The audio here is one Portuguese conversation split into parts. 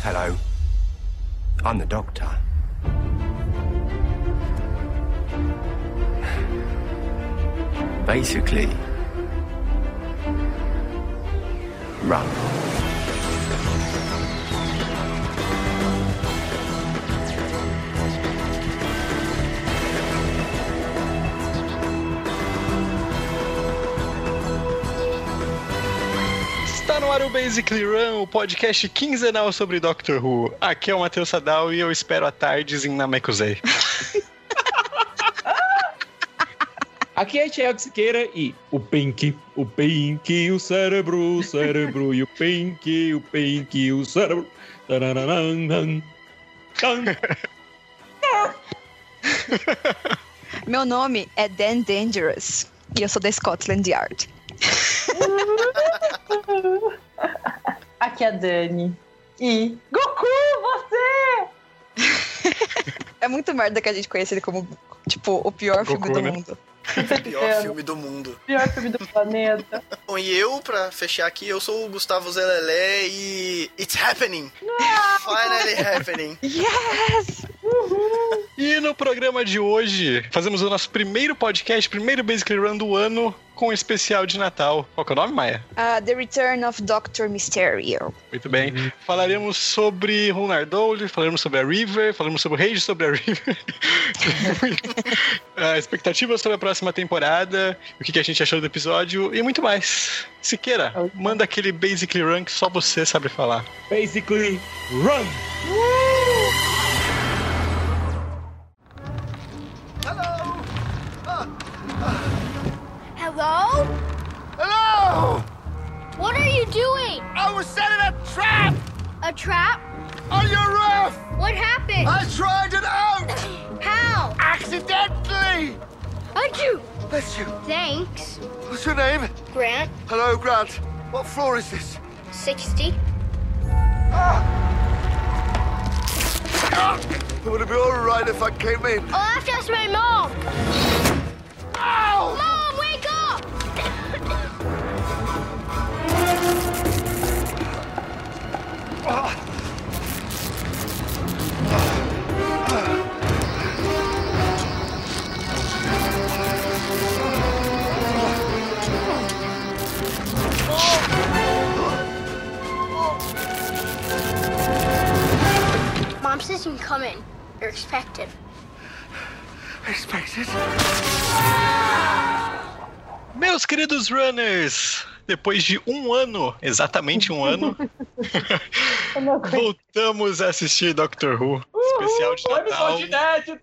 Hello. I'm the Doctor. Basically, run. Está no ar o Basically Run, o podcast quinzenal sobre Doctor Who. Aqui é o Matheus Sadal e eu espero a tardes em Namekusei. Aqui é Thiago Siqueira e o Pink, o cérebro e o Pink, o cérebro. Meu nome é Dan Dangerous e eu sou da Scotland Yard. Aqui é a Dani. E Goku, você! É muito merda que a gente conhece ele como, tipo, o pior Goku, filme do né? mundo. Pior filme do mundo. Pior filme do planeta. Bom, e eu, pra fechar aqui, eu sou o Gustavo Zelelé e... It's happening! Finally happening! Yes! E no programa de hoje, fazemos o nosso primeiro podcast, primeiro Basically Run do ano, com um especial de Natal. Qual que é o nome, Maia? The Return of Dr. Mysterio. Muito bem. Falaremos sobre Runardole, falaremos sobre a River, falaremos sobre o Rage, sobre a River. Expectativas sobre a próxima temporada, o que a gente achou do episódio e muito mais. Siqueira, manda aquele Basically Run que só você sabe falar. Basically Run! Hello? Hello! What are you doing? I was setting a trap A trap? on your roof! What happened? I tried it out! How? Accidentally! Achoo! Bless you. Thanks. What's your name? Grant, Hello, Grant. What floor is this? 60. Would it be alright if I came in? I'll have to ask my mom. Ow! Mom, wake up! Mom says you can come in. You're expected. Expected? Meus queridos runners, depois de um ano, exatamente um ano, voltamos a assistir Doctor Who, especial de Natal. Episódio inédito!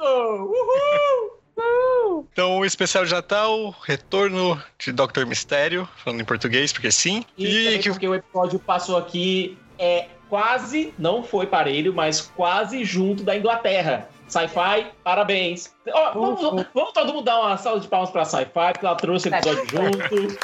Uhul! Então, o especial de Natal, retorno de Dr. Mistério, falando em português, porque sim. E porque o episódio passou aqui quase, não foi parelho, mas quase junto da Inglaterra. Sci-Fi, parabéns. Vamos todo mundo dar uma salva de palmas pra Sci-Fi, porque ela trouxe o episódio junto.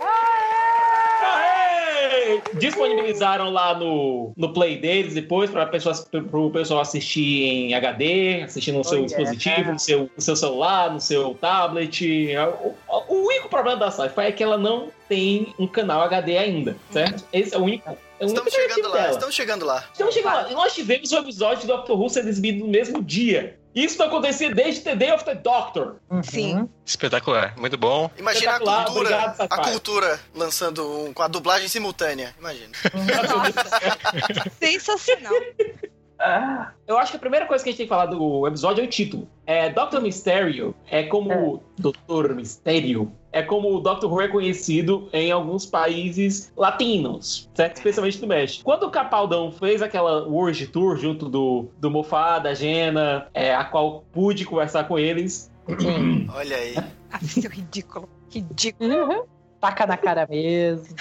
Aê! Disponibilizaram lá no Play deles depois para o pessoal assistir em HD, assistir no seu dispositivo, no seu celular, no seu tablet. O único problema da Sci-Fi é que ela não tem um canal HD ainda, certo? Esse é o único. Estamos chegando lá. E nós tivemos o episódio de Doctor Who sendo exibido no mesmo dia. Isso não acontecia desde The Day of the Doctor. Sim. Espetacular, muito bom. Imagina Obrigado, a cultura lançando com a dublagem simultânea. Imagina. Sensacional. Eu acho que a primeira coisa que a gente tem que falar do episódio é o título. Dr. Mysterio é como Dr. Mistério. É como o Doctor Who é conhecido em alguns países latinos, certo? Especialmente no México. Quando o Capaldão fez aquela World Tour junto do Moffat, da Jenna, a qual pude conversar com eles. Olha aí. Seu ridículo. Ridículo. Taca na cara mesmo.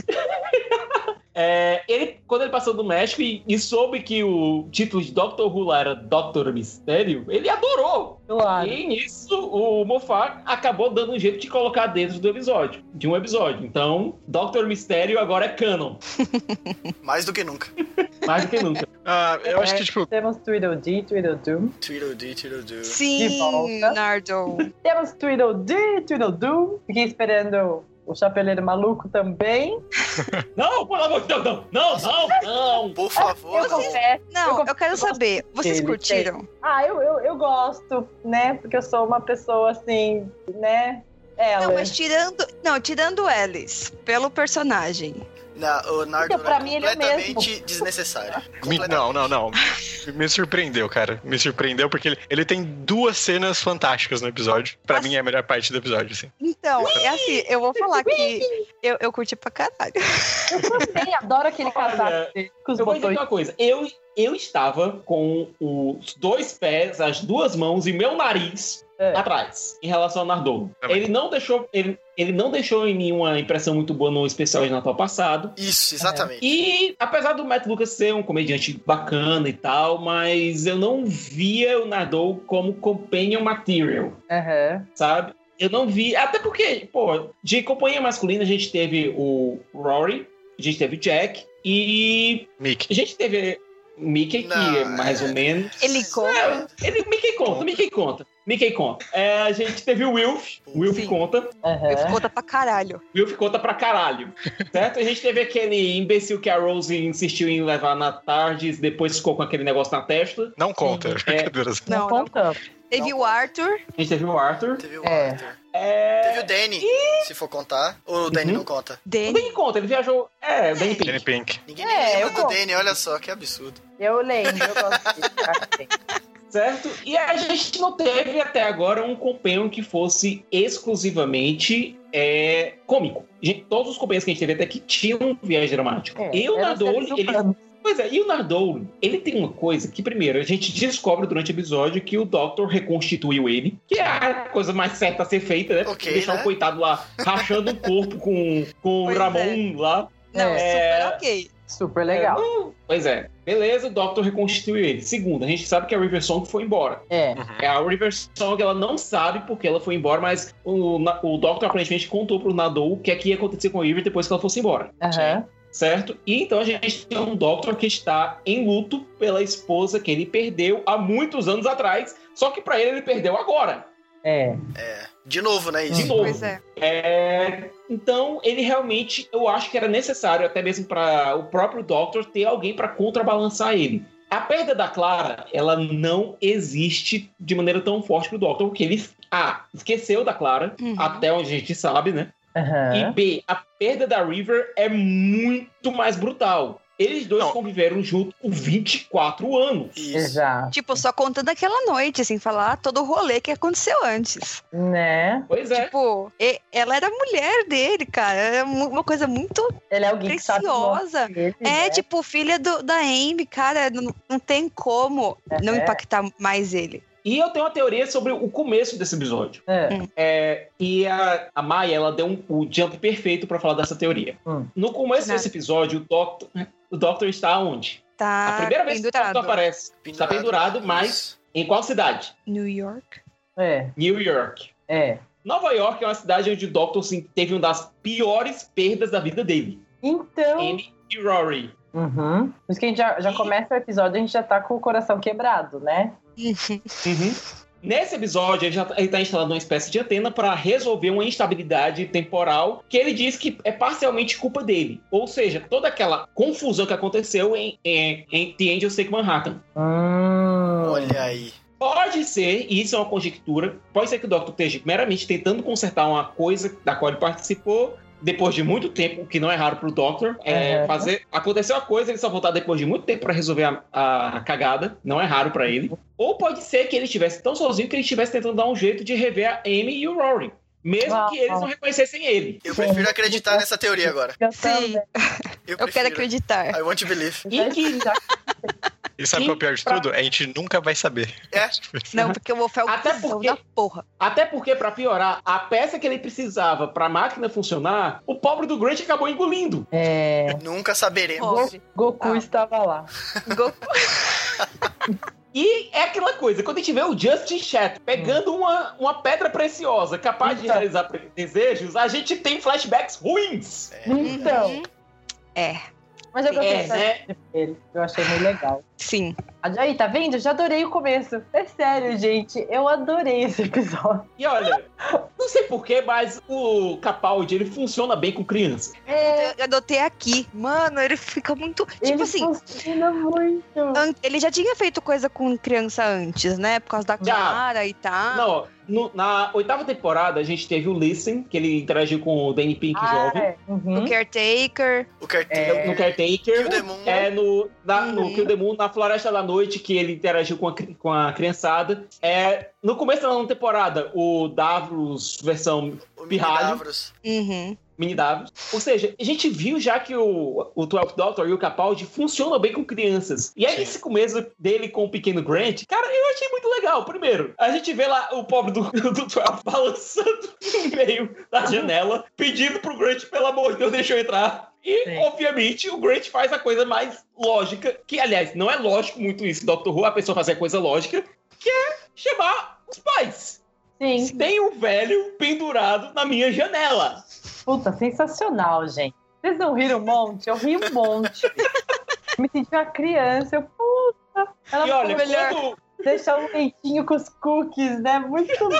Quando ele passou do México e soube que o título de Doctor Who lá era Dr. Mistério, ele adorou. Claro. E nisso, o Moffat acabou dando um jeito de colocar dentro de um episódio. Então, Dr. Mistério agora é canon. Mais do que nunca. Mais do que nunca. Eu acho que, tipo... Temos Tweedledee, Tweedledum. Tweedledee. Sim, De volta. Nardo. Temos Tweedledee, Tweedledum. Fiquei esperando O Chapeleiro Maluco também. Não, pelo amor de Deus, não. Por favor, Eu não. confesso. Não, eu quero saber, vocês Ele curtiram? Eu gosto, né? Porque eu sou uma pessoa assim, né? Ela. Não, mas tirando Alice, pelo personagem. O Nardole Porque pra é mim ele é completamente desnecessário. Não. Me surpreendeu, cara. Me surpreendeu porque ele tem 2 cenas fantásticas no episódio. Pra mim é a melhor parte do episódio, assim. Então, é assim, eu vou falar que eu curti pra caralho. Eu também adoro aquele casaco dele, com os Eu vou dizer botões. uma coisa. Eu estava com os 2 pés, as 2 mãos e meu nariz atrás, em relação ao Nardole. Ele não deixou em mim uma impressão muito boa no especial de Natal passado. Isso, exatamente. E apesar do Matt Lucas ser um comediante bacana e tal, mas eu não via o Nardole como companion material, sabe? Eu não vi, até porque, de companhia masculina a gente teve o Rory, a gente teve o Jack e Mickey. a gente teve Mickey, que é mais ou menos... Ele conta. Mickey conta. A gente teve o Wilf. Sim. Conta. Eu conta pra caralho. Wilf conta pra caralho. Certo? A gente teve aquele imbecil que a Rose insistiu em levar na tarde e depois ficou com aquele negócio na testa. Não conta. Brincadeiras. Não contamos. Teve o Arthur. A gente teve o Arthur. Teve o Danny, se for contar. Ou o Danny não conta? O Danny conta, ele viajou... o Danny Pink. Danny Pink. Ninguém lembra do Danny, olha só, que absurdo. Eu lembro, eu gosto disso. Certo? E a gente não teve até agora um companion que fosse exclusivamente cômico. Todos os companheiros que a gente teve até aqui tinham viagem dramática. E o Nardole, e o Nardole, ele tem uma coisa que, primeiro, a gente descobre durante o episódio que o Doctor reconstituiu ele, que é a coisa mais certa a ser feita, né? Ok, deixar o coitado lá rachando o corpo com o Ramon lá. Não, super ok. Super legal. Pois é. Beleza, o Doctor reconstituiu ele. Segundo, a gente sabe que a River Song foi embora. A River Song, ela não sabe porque ela foi embora, mas o Doctor aparentemente contou pro Nardole o que é que ia acontecer com a River depois que ela fosse embora. Certo? E então a gente tem um Doctor que está em luto pela esposa que ele perdeu há muitos anos atrás, só que pra ele perdeu agora. De novo, né? Isso. De novo. Pois é. Então, ele realmente, eu acho que era necessário, até mesmo para o próprio Doctor, ter alguém para contrabalançar ele. A perda da Clara, ela não existe de maneira tão forte pro Doctor, porque ele, esqueceu da Clara, até onde a gente sabe, né? E B, a perda da River é muito mais brutal. Eles dois conviveram juntos por 24 anos. Exato. Tipo, só contando aquela noite, assim, falar todo o rolê que aconteceu antes. Né? Pois é. Tipo, ela era mulher dele, cara. Era uma coisa muito Ele é alguém preciosa. Que sabe dele, né? Tipo, filha da Amy, cara. Não tem como não impactar mais ele. E eu tenho uma teoria sobre o começo desse episódio. E a Maia, ela deu o jump perfeito pra falar dessa teoria. No começo desse episódio, o Doctor está onde? Tá a primeira vez que o Doctor aparece. Está pendurado, mas em qual cidade? New York. New York. Nova York é uma cidade onde o Doctor teve uma das piores perdas da vida dele. Então... Amy e Rory. Por isso que a gente já começa o episódio, a gente já tá com o coração quebrado, né? Nesse episódio, ele tá instalando uma espécie de antena para resolver uma instabilidade temporal que ele diz que é parcialmente culpa dele. Ou seja, toda aquela confusão que aconteceu em The Angels Take Manhattan. Olha aí. Pode ser, e isso é uma conjectura, pode ser que o Doctor esteja meramente tentando consertar uma coisa da qual ele participou depois de muito tempo, o que não é raro pro Doctor. Aconteceu a coisa, ele só voltar depois de muito tempo pra resolver a cagada. Não é raro pra ele. Ou pode ser que ele estivesse tão sozinho que ele estivesse tentando dar um jeito de rever a Amy e o Rory. Mesmo que eles não reconhecessem ele. Eu prefiro acreditar nessa teoria agora. Sim. Eu quero acreditar. I want to believe. E sabe qual é o pior de tudo? A gente nunca vai saber. Não, porque o Wolf é o cuzão da porra. Até porque, pra piorar, a peça que ele precisava pra máquina funcionar, o pobre do Grant acabou engolindo. Nunca saberemos. Goku estava lá. Goku. E é aquela coisa, quando a gente vê o Justin Chat pegando uma pedra preciosa capaz de realizar desejos, a gente tem flashbacks ruins. Então. Mas eu gostei dele. Eu achei muito legal. Sim. Aí, tá vendo? Já adorei o começo. É sério, gente. Eu adorei esse episódio. E olha, Não sei porquê, mas o Capaldi, ele funciona bem com criança. Eu anotei aqui. Mano, ele fica muito... Tipo Ele assim, funciona muito. ele já tinha feito coisa com criança antes, né? Por causa da Já. Clara e tal. Não, na 8ª temporada, a gente teve o Listen, que ele interagiu com o Danny Pink jovem. É. Uhum. O Caretaker. O carteiro. No Caretaker. Kill the Moon. No Kill the Moon, na Floresta da Noite, que ele interagiu com a criançada. No começo da 9ª temporada, o Davros versão O pirralho. Davros. Uhum. Mini Davros. Ou seja, a gente viu já que o 12th Doctor e o Capaldi funcionam bem com crianças. E aí, esse começo dele com o pequeno Grant, cara, eu achei muito legal. Primeiro, a gente vê lá o pobre do 12 balançando no meio da janela, pedindo pro Grant, pelo amor de Deus, deixa eu entrar. E, obviamente, o Grant faz a coisa mais lógica, que, aliás, não é lógico muito isso, Doctor Who, a pessoa fazer a coisa lógica, que é chamar os pais. Sim. Tem um velho pendurado na minha janela. Puta, sensacional, gente. Vocês não riram um monte? Eu ri um monte. Me senti uma criança. Eu, puta. Ela E olha, falou, deixar um leitinho com os cookies, né? Muito bom.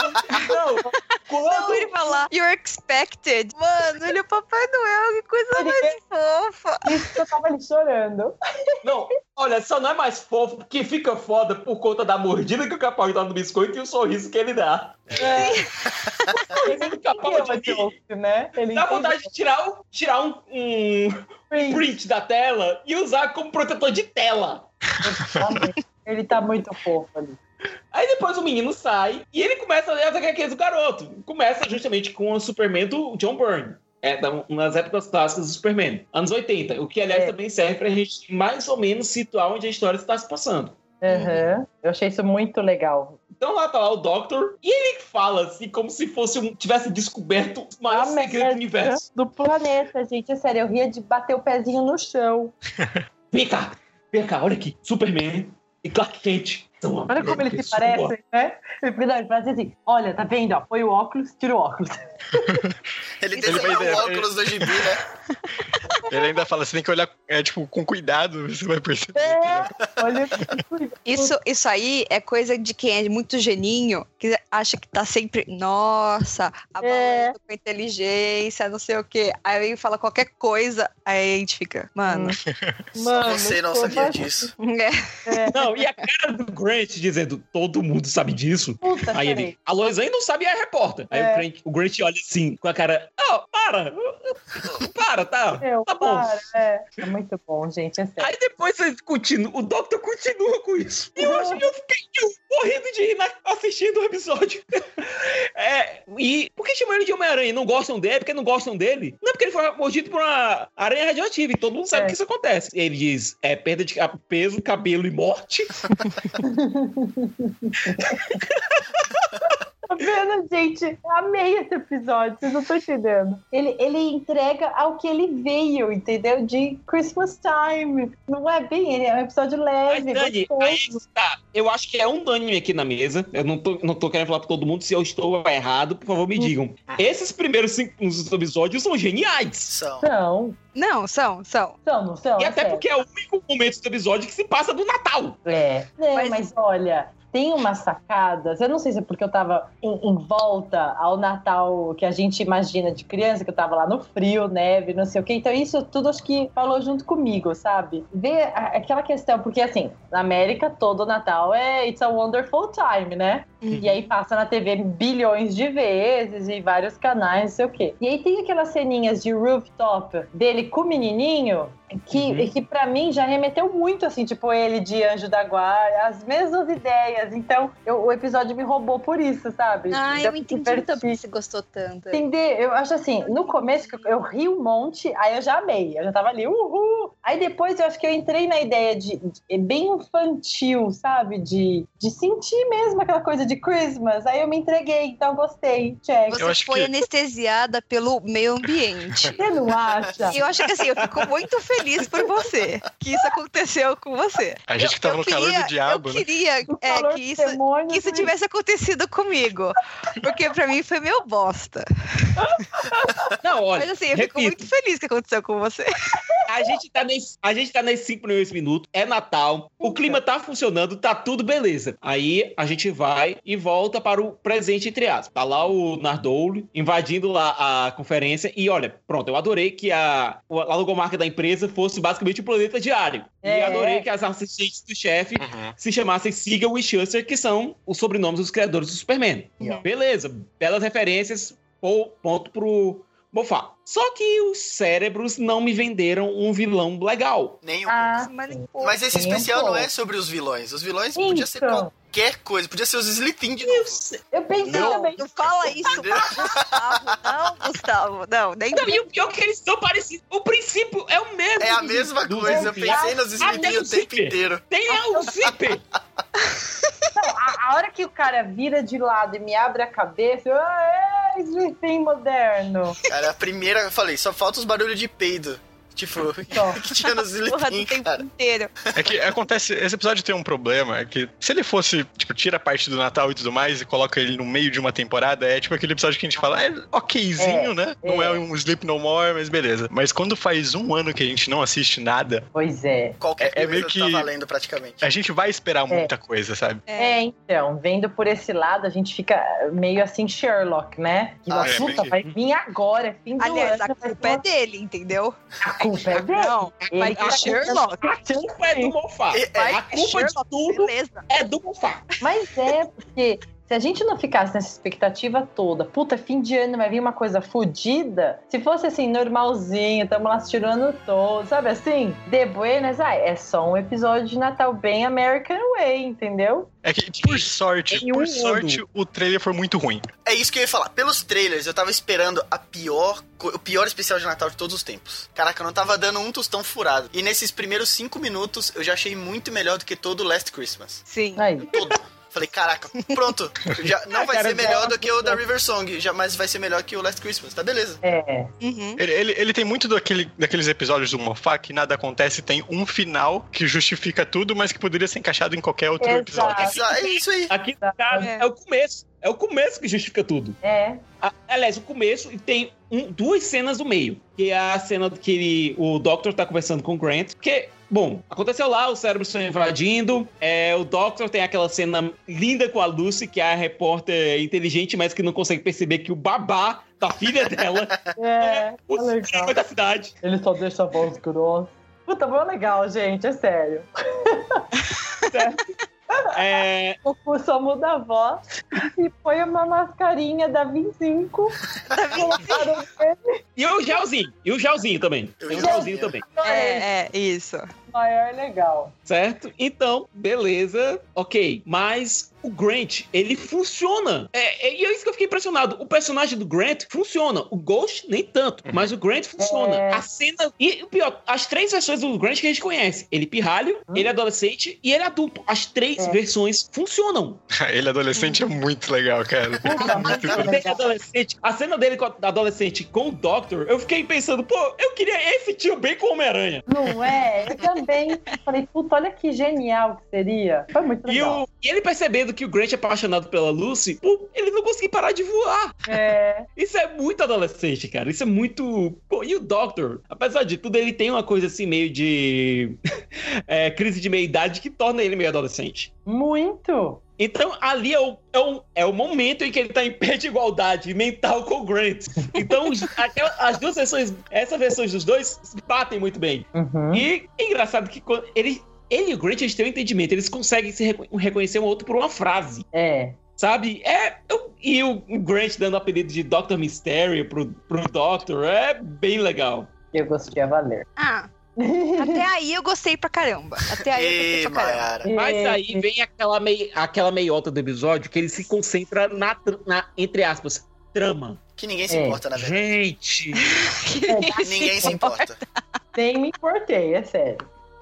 Não, ele fala, you're expected. Mano, ele é o Papai Noel, que coisa mais fofa. Isso que eu tava ali chorando. Não, olha, só não é mais fofo porque fica foda por conta da mordida que o Capaldi dá no biscoito e o sorriso que ele dá. Ele Capaldi, né? Ele dá vontade de tirar um print da tela e usar como protetor de tela. Ele tá muito fofo ali. Aí depois o menino sai e ele começa a ler as HQs do garoto. Começa justamente com o Superman do John Byrne. Nas épocas clássicas do Superman. Anos 80. O que, aliás, também serve pra gente mais ou menos situar onde a história está se passando. Uhum. Eu achei isso muito legal. Então lá tá lá o Doctor e ele fala assim como se tivesse descoberto o maior segredo do universo. Do planeta, gente. É sério, eu ria de bater o pezinho no chão. Vem cá, olha aqui. Superman e Clark Kent. Olha como eles se parecem, né? Ele faz assim, olha, tá vendo? Ó, põe o óculos, tira o óculos. Ele desenhou o óculos do gibi, né? Ele ainda fala, você tem que olhar com cuidado, você vai perceber. Olha, isso aí é coisa de quem é muito geninho, que acha que tá sempre, nossa, abalando com inteligência, não sei o quê. Aí ele fala qualquer coisa, aí a gente fica, mano. Você não sabia disso. Não, e a cara do Grant dizendo, todo mundo sabe disso. Puta, aí ele, a Lois ainda não sabe e é a repórter. Aí o Grant olha assim, com a cara, para, tá bom. É muito bom, gente, é sério. Aí depois o Doctor continua com isso. E eu fiquei morrendo de rir assistindo o episódio. E por que chamam ele de Homem-Aranha? Não gostam dele? Porque não gostam dele? Não, porque ele foi mordido por uma aranha radioativa e todo mundo sabe que isso acontece. Ele diz, perda de peso, cabelo e morte. Tá vendo, gente? Amei esse episódio, vocês não estão entendendo. Ele entrega ao que ele veio, entendeu? De Christmas Time. Não é bem ele, é um episódio leve, Dani, eu acho que é unânime aqui na mesa. Eu não tô querendo falar pra todo mundo. Se eu estou errado, por favor, me digam. Esses primeiros 5 episódios são geniais. São. Não, são. Não são. E até porque é o único momento do episódio que se passa do Natal. Mas olha, tem umas sacadas, eu não sei se é porque eu tava em volta ao Natal que a gente imagina de criança, que eu tava lá no frio, neve, não sei o quê. Então isso tudo acho que falou junto comigo, sabe? Ver aquela questão, porque assim, na América todo Natal é It's a Wonderful Time, né? Uhum. E aí passa na TV bilhões de vezes, em vários canais, não sei o quê. E aí tem aquelas ceninhas de rooftop dele com o menininho, que pra mim já remeteu muito, assim, tipo ele de Anjo da Guarda, as mesmas ideias. Então, o episódio me roubou por isso, sabe? Eu entendi muito porque você gostou tanto. Entender, eu acho assim, no começo eu ri um monte, aí eu já amei, eu já tava ali, uhul! Aí depois eu acho que eu entrei na ideia de bem infantil, sabe? De sentir mesmo aquela coisa de Christmas, aí eu me entreguei, então gostei, check. Você foi anestesiada pelo meio ambiente. Você não acha? Eu acho que assim, eu fico muito feliz feliz por você que isso aconteceu com você. A gente que tava no calor do diabo, eu queria que isso tivesse acontecido comigo. Porque pra mim foi meio bosta. Não, olha, mas assim, eu fico muito feliz que aconteceu com você. A gente tá nesses 5 primeiros minutos, é Natal, o clima tá funcionando, tá tudo beleza. Aí a gente vai e volta para o presente, entre aspas. Tá lá o Nardole invadindo lá a conferência e olha, pronto, eu adorei que a logomarca da empresa fosse basicamente o planeta diário. E adorei que as assistentes do chefe se chamassem Siegel e Shuster, que são os sobrenomes dos criadores do Superman. Beleza, belas referências, ponto pro Moffat. Só que os cérebros não me venderam um vilão legal. Nem um pouco. Mas esse especial não é sobre os vilões. Os vilões podia ser qualquer coisa. Podia ser os Slithin de novo. Eu pensei também. Não fala isso, Gustavo. Não, Gustavo. Não, nem e o pior é que eles são parecidos. O princípio é o mesmo. É a mesma coisa. Eu pensei nos Slithin o tempo inteiro. Tem o Zipper. A hora que o cara vira de lado e me abre a cabeça, Slithin moderno. Cara, a primeira, eu falei, só falta os barulhos de peido. Tipo, que tinha nos Slithin, cara. Inteiro. É que acontece, esse episódio tem um problema, é que se ele fosse, tipo, tira a parte do Natal e tudo mais e coloca ele no meio de uma temporada, é tipo aquele episódio que a gente fala, é okzinho, né? Não é um Sleep No More, mas beleza. Mas quando faz um ano que a gente não assiste nada... Pois é. Qualquer coisa meio que tá valendo praticamente. A gente vai esperar muita coisa, sabe? Então, vendo por esse lado, a gente fica meio assim Sherlock, né? Que puta, vai vir agora, é fim do Aliás, ano. a culpa é dele, entendeu? A culpa é dele. Não, vai que Sherlock. A culpa é do Moffat. A culpa de tudo é do Moffat. Mas porque se a gente não ficasse nessa expectativa toda, puta, fim de ano vai vir uma coisa fodida, se fosse assim, normalzinho, tamo lá assistindo o ano todo, sabe assim? De buenas, é só um episódio de Natal bem American Way, entendeu? É que, por sorte, o trailer foi muito ruim. É isso que eu ia falar. Pelos trailers, eu tava esperando o pior especial de Natal de todos os tempos. Caraca, eu não tava dando um tostão furado. E nesses primeiros 5 minutos, eu já achei muito melhor do que todo o Last Christmas. Sim. Aí. Todo. Falei, caraca, pronto. Já não vai ser melhor do que o da River Song, mas vai ser melhor que o Last Christmas, tá beleza. Ele tem muito daqueles episódios do Moffat que nada acontece, tem um final que justifica tudo, mas que poderia ser encaixado em qualquer outro episódio. É isso aí. Aqui é o começo. É o começo que justifica tudo. Aliás, o começo e tem duas cenas do meio. Que é a cena que o Doctor tá conversando com o Grant. Porque, bom, aconteceu lá, os cérebros estão invadindo. O Doctor tem aquela cena linda com a Lucy, que é a repórter inteligente, mas que não consegue perceber que o babá da filha dela o cérebro da cidade. Ele só deixa a voz grossa. Puta, foi legal, gente, é sério. Certo? O cu só muda a voz e põe uma mascarinha da 25. E o gelzinho também. Tem o gelzinho também. Isso. Maior legal. Certo? Então, beleza. Ok. Mas o Grant, ele funciona. E é isso que eu fiquei impressionado. O personagem do Grant funciona. O Ghost, nem tanto. Mas o Grant funciona. A cena... E o pior, as 3 versões do Grant que a gente conhece. Ele pirralho, ele adolescente e ele adulto. As 3 versões funcionam. Ele adolescente é muito legal, cara. A cena dele adolescente com o Doctor, eu fiquei pensando, pô, eu queria esse tio bem com o Homem-Aranha. Não é? Eu também falei, puta, olha que genial que seria. Foi muito legal. E ele percebendo que o Grant é apaixonado pela Lucy, pô, ele não conseguia parar de voar. Isso é muito adolescente, cara. Isso é muito... Pô, e o Doctor, apesar de tudo, ele tem uma coisa assim meio de crise de meia-idade que torna ele meio adolescente. Muito! Então, ali é o momento em que ele tá em pé de igualdade mental com o Grant. Então, as duas versões, essas versões dos dois, batem muito bem. E é engraçado que quando ele e o Grant, eles têm um entendimento. Eles conseguem se reconhecer um outro por uma frase. Sabe? E o Grant dando o apelido de Dr. Mysterio pro Doctor é bem legal. Eu gostei a valer. Até aí eu gostei pra caramba. Mas aí vem aquela meiota do episódio que ele se concentra na entre aspas, trama. Que ninguém se importa, na verdade. Gente! Ninguém se importa. Nem me importei, é sério.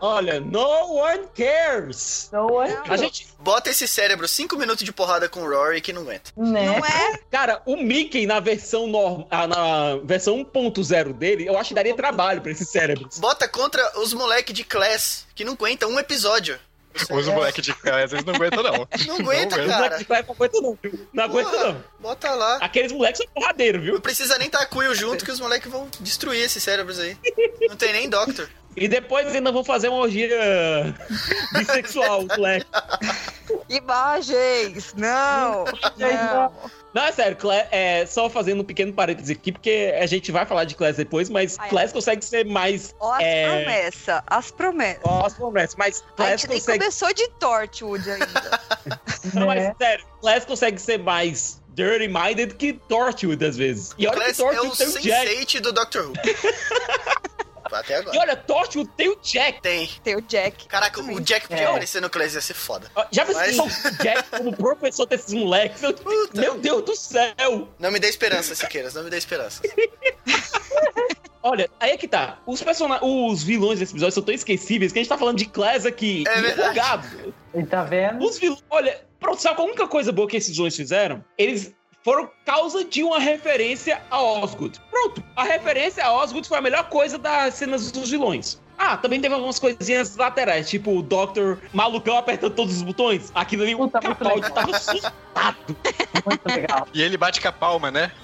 Olha, no one cares. No one A gente... Bota esse cérebro 5 minutos de porrada com o Rory que não aguenta. Né? Não é? Cara, o Mickey na versão na versão 1.0 dele, eu acho que daria trabalho pra esses cérebros. Bota contra os moleque de Class que não aguentam um episódio. Os moleques de casa, eles não aguentam, não. Não aguenta, Os cara. moleques de Class não aguentam não, viu? Não aguentam não. Bota lá. Aqueles moleques são porradeiros, viu? Não precisa nem estar Quill junto que os moleques vão destruir esses cérebros aí. Não tem nem Doctor. E depois ainda vão fazer uma orgia bissexual, moleque. Imagens! Não! Não! Não, é sério, só fazendo um pequeno parêntese aqui, porque a gente vai falar de Class depois, mas Class consegue ser mais... Ó, as promessas. Ó, as promessas, mas A Class gente nem consegue... começou de Torchwood ainda. Não, mas sério, Class consegue ser mais dirty-minded que Torchwood, às vezes. E olha Class que é o Torchwood tem o Jack. Sense8 do Doctor Who. Até agora. E olha, Torchwood tem o Jack. Tem. Tem o Jack. Caraca, o Jack podia aparecer no Class, ia ser foda. Já Mas- pensou o Jack como professor desses moleques? Meu Deus do céu! Não me dê esperança, Siqueiras, não me dê esperança. Olha, aí é que tá. Os vilões desse episódio são tão esquecíveis que a gente tá falando de Class aqui. É verdade. Empolgado. E tá vendo? Os vilões... Olha, sabe qual a única coisa boa que esses vilões fizeram? Eles foram causa de uma referência a Osgood. Pronto. A referência a Osgood foi a melhor coisa das cenas dos vilões. Ah, também teve algumas coisinhas laterais, tipo o Doctor malucão apertando todos os botões. Aquilo ali, o Puta, muito Capaldi legal. tava assustado. Muito legal. E ele bate com a palma, né?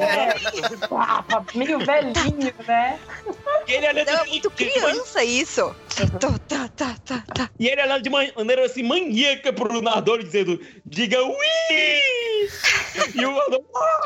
Meio velhinho, né? E ele olhando Não, é muito criança isso. E ele olhando de maneira assim, maníaca pro narrador, dizendo, diga ui! E o narrador,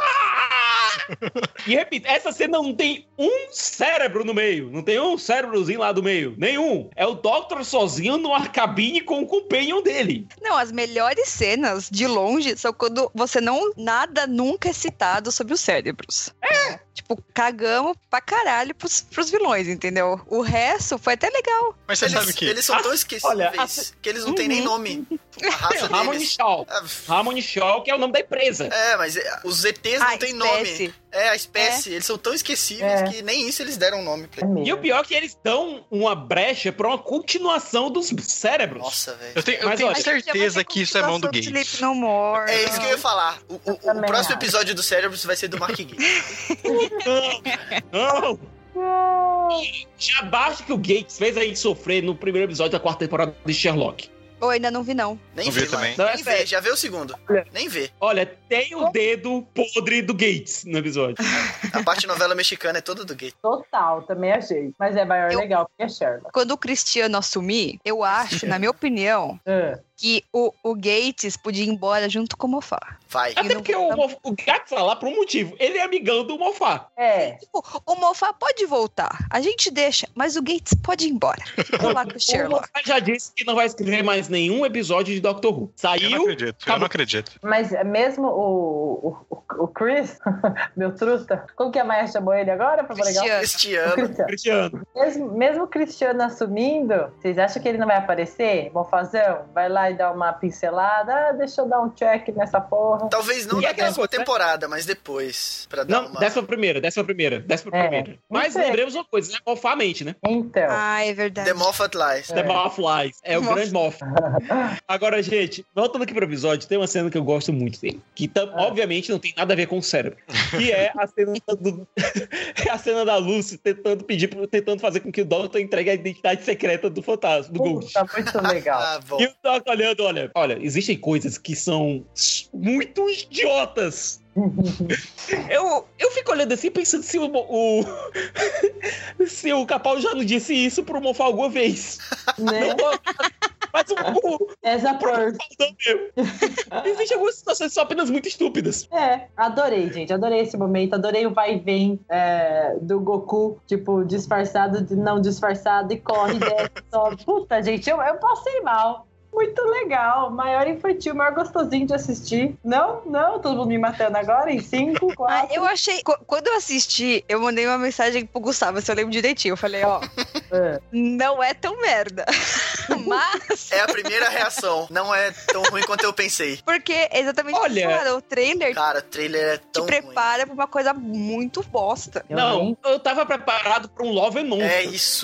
E repito, essa cena não tem um cérebro no meio. Não tem um cérebrozinho lá do meio. Nenhum. É o Doctor sozinho numa cabine com o companion dele. Não, as melhores cenas, de longe, são quando você nada nunca é citado sobre os cérebros. É. Tipo, cagamos pra caralho pros vilões, entendeu? O resto foi até legal. Mas você sabe que... Eles são tão esquecíveis que eles não têm nem nome. A raça Harmony deles. Shaw. Harmony Shaw, que é o nome da empresa. É, mas os ETs não têm espécie. nome. É, a espécie. Eles são tão esquecíveis que nem isso eles deram nome pra ele. E o pior é que eles dão uma brecha pra uma continuação dos cérebros. Nossa, velho. Eu tenho Mas, olha, certeza que isso é mão do Gates. Sleep No More. É isso que eu ia falar. O também próximo acho. episódio do Cérebros vai ser do Mark Gates. Não! Já basta que o Gates fez a gente sofrer no primeiro episódio da 4ª temporada de Sherlock. Eu ainda não vi, não. Nem Não vi vê, também. mano. Não, é Nem vê, sério. já vê o segundo. Nem vê. Olha, tem o dedo podre do Gates no episódio. A parte novela mexicana é toda do Gates. Total, também achei. Mas é maior legal porque é Sherlock. Quando o Cristiano assumir, eu acho, na minha opinião, que o Gates podia ir embora junto com o Moffat. Vai. Até porque o Gates tá lá por um motivo. Ele é amigão do Moffat. É. Tipo, o Moffat pode voltar, a gente deixa, mas o Gates pode ir embora. Ficou lá com o O Sherlock. Moffat já disse que não vai escrever mais nenhum episódio de Doctor Who. Eu não Saiu, acredito, eu não acredito. Mas mesmo o Chris, meu truta, como que a Maia chamou ele agora? Pra legal? Cristiano. Cristiano. Cristiano. Mesmo o Cristiano assumindo, vocês acham que ele não vai aparecer? Mofazão? Vai lá e dar uma pincelada? Ah, deixa eu dar um check nessa porra. Talvez não E na aquela décima coisa, né? temporada, mas depois. Pra dar Não, uma... 11ª. Mas não sei. lembremos uma coisa, né? Moffat mente, né? Então. Ah, é verdade. The Moffat Lies. The Moff Lies. É o Moff. grande Moff. Agora, gente, voltando aqui pro episódio, tem uma cena que eu gosto muito dele. Que, obviamente, não tem nada a ver com o cérebro. Que é a cena é a cena da Lucy tentando fazer com que o Doctor entregue a identidade secreta do fantasma, do Ghost. Puta, muito legal. Ah, bom. E o Doctor olhando, olha, existem coisas que são muito idiotas. Eu fico olhando assim, pensando se se o Capaldi já não disse isso pro Moffat alguma vez. Né? Mas Essa porra. Existem algumas situações que são apenas muito estúpidas. É, adorei, gente. Adorei esse momento. Adorei o vai e vem do Goku, tipo, disfarçado de não disfarçado e corre, desce, sobe. Puta, gente, eu passei mal. Muito legal. Maior infantil, maior gostosinho de assistir. Não, todo mundo me matando agora em 5, 4. Eu achei. Quando eu assisti, eu mandei uma mensagem pro Gustavo, se eu lembro direitinho. Eu falei, não é tão merda. Mas. É a primeira reação. Não é tão ruim quanto eu pensei. Porque exatamente Olha, cara, o trailer Cara, o trailer é te tão prepara pra uma coisa muito bosta. Eu tava preparado pra um Love and Monster. É isso.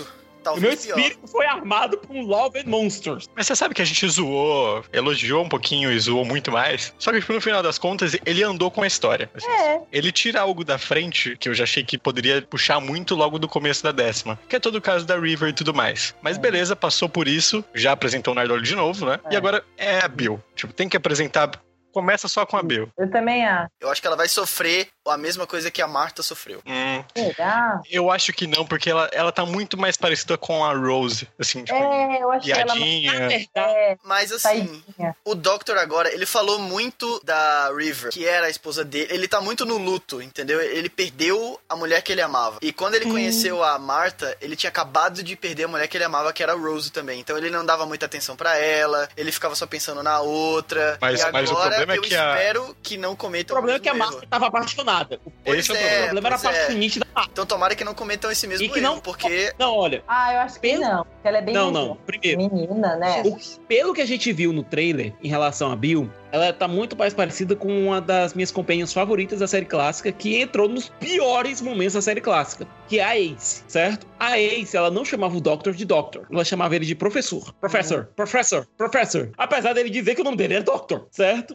talvez meu pior. espírito foi armado por um Love and Monsters. Mas você sabe que a gente zoou, elogiou um pouquinho e zoou muito mais. Só que, tipo, no final das contas, ele andou com a história. Assim. Ele tira algo da frente, que eu já achei que poderia puxar muito logo do começo da 10ª. Que é todo o caso da River e tudo mais. Mas beleza, passou por isso. Já apresentou o Nardole de novo, né? E agora é a Bill. Tipo, tem que apresentar... Começa só com a Bill. Eu também acho. Eu acho que ela vai sofrer a mesma coisa que a Marta sofreu. Será? Eu acho que não, porque ela tá muito mais parecida com a Rose. Assim, tipo, Eu achei piadinha. Mas assim, o Doctor agora, ele falou muito da River, que era a esposa dele. Ele tá muito no luto, entendeu? Ele perdeu a mulher que ele amava. E quando ele conheceu a Marta, ele tinha acabado de perder a mulher que ele amava, que era a Rose também. Então ele não dava muita atenção pra ela, ele ficava só pensando na outra. Mas agora, o problema é eu que espero que não cometam O problema é que a mesmo Marta tava apaixonada. Esse é o O problema era a apaixonite da Marta. Então tomara que não cometam esse mesmo E que erro, não- porque... Não, olha, Eu acho que não. Porque ela é bem não. Primeiro, menina, né? pelo que a gente viu no trailer em relação a Bill, ela tá muito mais parecida com uma das minhas companhias favoritas da série clássica, que entrou nos piores momentos da série clássica, que é a Ace, certo? A Ace, ela não chamava o Doctor de Doctor, ela chamava ele de professor. Professor. Apesar dele dizer que o nome dele é Doctor, certo?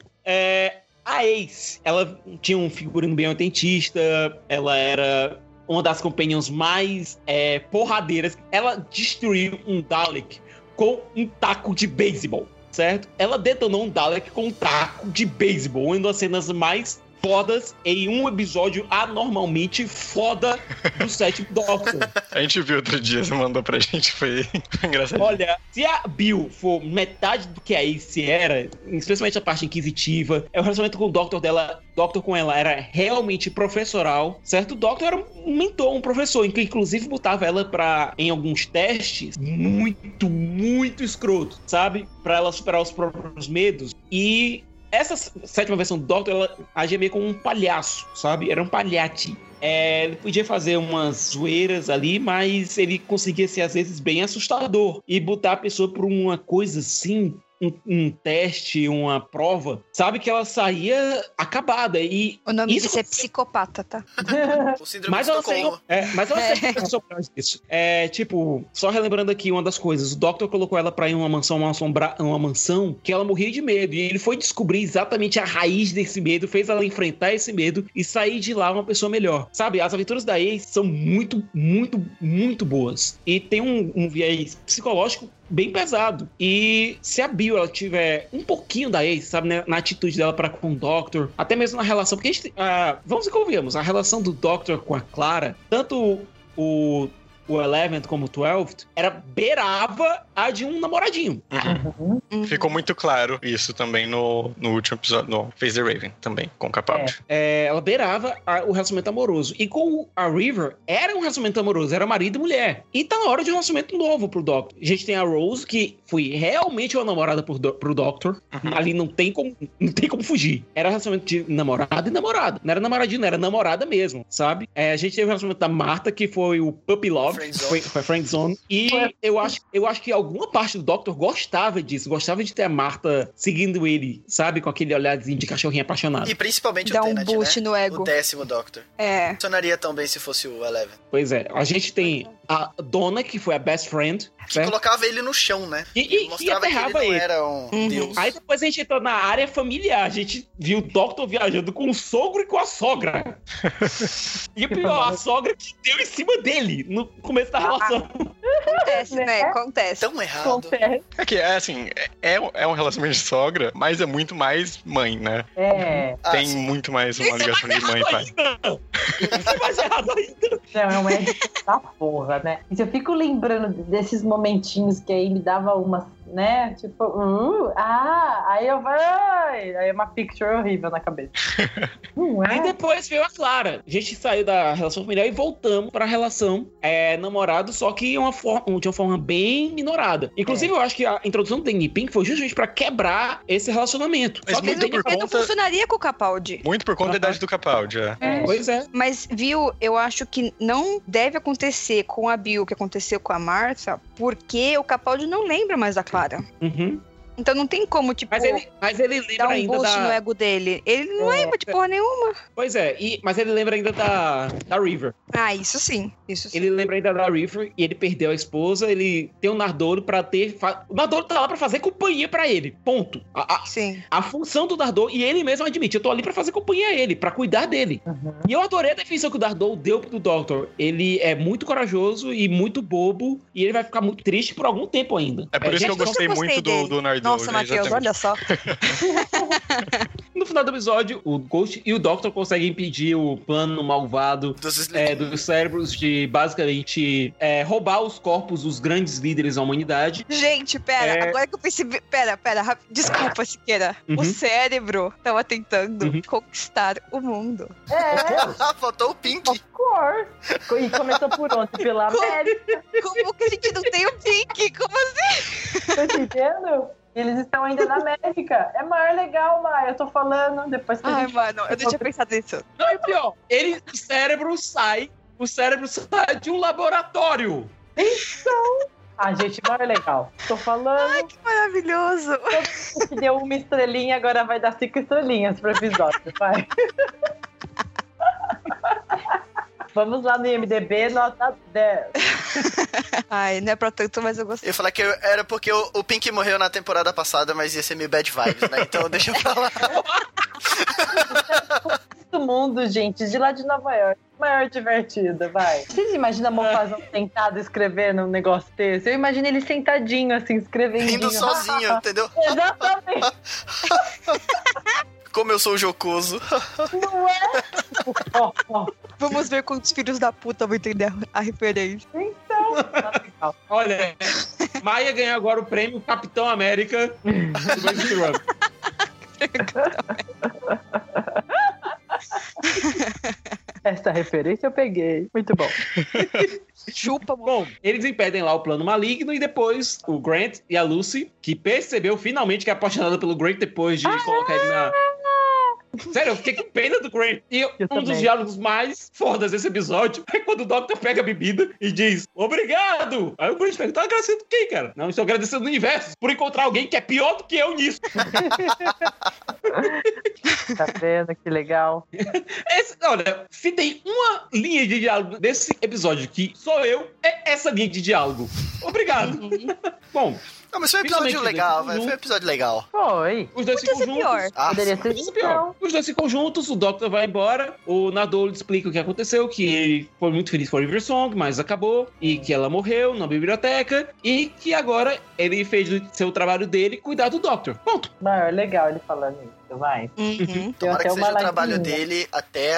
A Ace, ela tinha um figurino bem autentista, ela era uma das companions mais porradeiras. Ela destruiu um Dalek com um taco de beisebol, certo? Ela detonou um Dalek com um taco de beisebol, uma das cenas mais fodas em um episódio anormalmente foda do 7º Doctor. A gente viu outro dia, você mandou pra gente, foi engraçado. Olha, se a Bill for metade do que a Ace era, especialmente a parte inquisitiva, o relacionamento com o Doctor dela, Doctor com ela era realmente professoral, certo? O Doctor era um mentor, um professor, que inclusive botava ela em alguns testes muito, muito escroto, sabe? Pra ela superar os próprios medos. E essa 7ª versão do Doctor, ela agia meio como um palhaço, sabe? Era um palhate. Ele podia fazer umas zoeiras ali, mas ele conseguia ser, às vezes, bem assustador. E botar a pessoa por uma coisa assim, um teste, uma prova, sabe? Que ela saía acabada. E o nome disso é psicopata, tá? O síndrome mas de ela Estocolmo. mas ela sempre passou por isso. Tipo, só relembrando aqui uma das coisas, o Doctor colocou ela pra ir em uma mansão que ela morria de medo, e ele foi descobrir exatamente a raiz desse medo, fez ela enfrentar esse medo e sair de lá uma pessoa melhor. Sabe, as aventuras da Ace são muito, muito, muito boas. E tem um viés psicológico bem pesado. E se a Bill ela tiver um pouquinho da Ace, sabe, né, na atitude dela para com o Doctor, até mesmo na relação, porque a gente, vamos e convenhamos, a relação do Doctor com a Clara, tanto o 11th como o 12th, beirava a de um namoradinho. Ficou muito claro isso também no último episódio, no Face the Raven, também, com o Capaldi. Ela beirava o relacionamento amoroso. E com a River, era um relacionamento amoroso, era marido e mulher. E tá na hora de um relacionamento novo pro Doctor. A gente tem a Rose, que foi realmente uma namorada pro Doctor. Ali não tem como fugir. Era relacionamento de namorado e namorada. Não era namoradinho, não era namorada mesmo, sabe? A gente teve o relacionamento da Marta, que foi o Puppy Love, foi Friendzone. E eu acho que alguma parte do Doctor gostava disso, gostava de ter a Marta seguindo ele, sabe? Com aquele olharzinho de cachorrinho apaixonado. E principalmente Dá o um Tennant, boost né? no ego. O 10º Doctor. Funcionaria tão bem se fosse o 11th. Pois é, a gente tem a Donna, que foi a best friend, que colocava ele no chão, né? E mostrava que ele não era um deus. Aí depois a gente entrou na área familiar, a gente viu o Doctor viajando com o sogro e com a sogra. E o pior, a sogra que deu em cima dele no começo da relação. Acontece, né? Acontece. Tão errado. É que, assim, é um relacionamento de sogra, mas é muito mais mãe, né? Tem muito mais uma ligação de mãe e pai. Isso é mais errado ainda. Não, é da porra, né? E eu fico lembrando desses momentinhos que aí me dava uma, né? Tipo, aí eu vai. Aí é uma picture horrível na cabeça. Aí depois veio a Clara. A gente saiu da relação familiar e voltamos pra relação namorado, só que de uma forma bem minorada. Inclusive, eu acho que a introdução do Danny Pink foi justamente pra quebrar esse relacionamento. Mas só que muito Porque não funcionaria com o Capaldi. Muito por conta da idade do Capaldi, Pois é. Mas, viu, eu acho que não deve acontecer com a Bill o que aconteceu com a Martha, porque o Capaldi não lembra mais da Clara. Então não tem como, tipo, Mas ele lembra dar um ainda boost no ego dele. Ele não lembra de porra nenhuma. Pois é, mas ele lembra ainda da River. Ah, isso sim. Ele lembra ainda da River e ele perdeu a esposa, ele tem o Nardole pra ter... O Nardole tá lá pra fazer companhia pra ele, ponto. Sim. A função do Nardole, e ele mesmo admite, eu tô ali pra fazer companhia a ele, pra cuidar dele. E eu adorei a definição que o Nardole deu pro Doctor. Ele é muito corajoso e muito bobo, e ele vai ficar muito triste por algum tempo ainda. É por isso que eu gostei muito do Nardole. Nossa, Matheus, olha só. No final do episódio, o Ghost e o Doctor conseguem impedir o plano malvado dos cérebros de, basicamente, roubar os corpos dos grandes líderes da humanidade. Gente, pera, agora que eu percebi... Pera, desculpa, Siqueira. O cérebro tava tentando conquistar o mundo. Faltou o Pink. Of course. E começou por onde? Pela América. Como que a gente não tem o Pink? Como assim? Tá entendendo? Eles estão ainda na América. É maior legal, Maia. Eu tô falando. Depois que Ai, mano, eu não tinha pensado nisso. Não, é pior. O cérebro sai de um laboratório. Então... gente, maior legal. Tô falando... Ai, que maravilhoso. Que deu uma estrelinha, agora vai dar 5 estrelinhas pro episódio, vai. Vamos lá no IMDb, nota 10. Ai, não é pra tanto, mas eu gostei. Eu falei que era porque o Pink morreu na temporada passada, mas ia ser meio bad vibes, né? Então deixa pra lá. Do mundo, gente, de lá de Nova York. Maior divertida, vai. Vocês imaginam a Mofazão sentado escrevendo um negócio desse? Eu imagino ele sentadinho, assim, escrevendo. Rindo sozinho, entendeu? Exatamente. Como eu sou jocoso. Não é? Vamos ver quantos filhos da puta vão entender a referência. Então, tá legal. Olha, Maia ganhou agora o prêmio Capitão América do Basic Run. Essa referência eu peguei. Muito bom. Chupa, mano. Bom, eles impedem lá o plano maligno e depois o Grant e a Lucy, que percebeu finalmente que é apaixonada pelo Grant depois de colocar ele na... Sério, eu fiquei com pena do Grant. E dos diálogos mais fodas desse episódio é quando o Doctor pega a bebida e diz, obrigado! Aí o Grant pergunta, tá agradecendo quem, cara? Não, estou agradecendo o universo por encontrar alguém que é pior do que eu nisso. Tá vendo? Que legal. Olha, se tem uma linha de diálogo desse episódio que sou eu, é essa linha de diálogo. Obrigado. Bom... Não, mas foi um episódio legal, velho. Foi um episódio legal. Foi. Os dois ficam juntos. Poderia ser pior. Os dois ficam juntos, o Doctor vai embora, o Nardole explica o que aconteceu, que ele foi muito feliz com a River Song, mas acabou, e que ela morreu na biblioteca, e que agora ele fez o seu trabalho dele cuidar do Doctor. Ponto. Maior legal ele falando isso, vai. Tomara que seja o trabalho dele até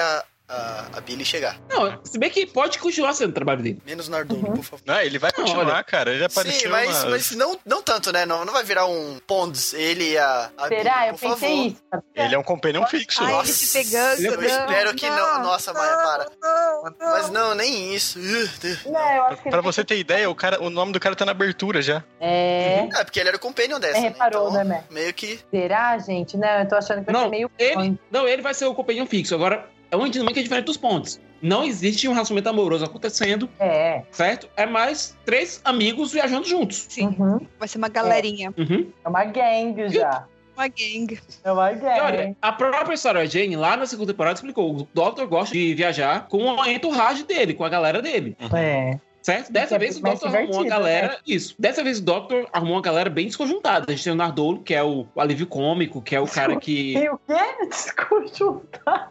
a Billy chegar. Não, se bem que pode continuar sendo o trabalho dele. Menos Nardole, por favor. Não, ele vai continuar, cara. Ele apareceu. Sim, mas não tanto, né? Não vai virar um Ponds, ele e a Será? Billy, Eu por pensei favor. isso. Ele é um companion fixo. Ai, Nossa, ele se pegando. eu espero que não. Nossa, Maia, para. Mas não, nem isso. Não, eu acho que Pra você ter ideia, o nome do cara tá na abertura já. É, porque ele era o companion dessa, reparou, né? né, Então, meio que... será, gente? Não, eu tô achando que vai ser meio... ele vai ser o companion fixo. Agora, é uma dinâmica diferente dos pontos. Não existe um relacionamento amoroso acontecendo. Certo? É mais 3 amigos viajando juntos. Sim. Vai ser uma galerinha. É uma gang já. Uma gang. É uma gang. E olha, a própria Sarah Jane, lá na segunda temporada, explicou. O Doctor gosta de viajar com a entourage dele, com a galera dele. Certo? Dessa vez o Doctor arrumou uma galera... Né? Isso. Dessa vez o Doctor arrumou uma galera bem desconjuntada. A gente tem o Nardole, que é o alívio cômico, que é o cara que... E o quê? Desconjuntado.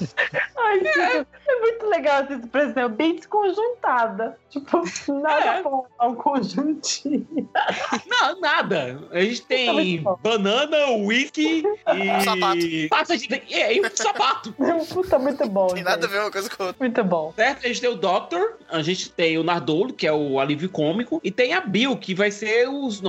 Ai, gente, é muito legal essa expressão, bem desconjuntada. Tipo, nada a um conjuntinho. Não, nada. A gente tem banana, whisky e... sapato. E um sapato. Puta, muito bom. Tem nada a ver uma coisa com a outra. Muito bom. Certo? A gente tem o Doctor, a gente tem o Nardole, que é o alívio cômico, e tem a Bill, que vai ser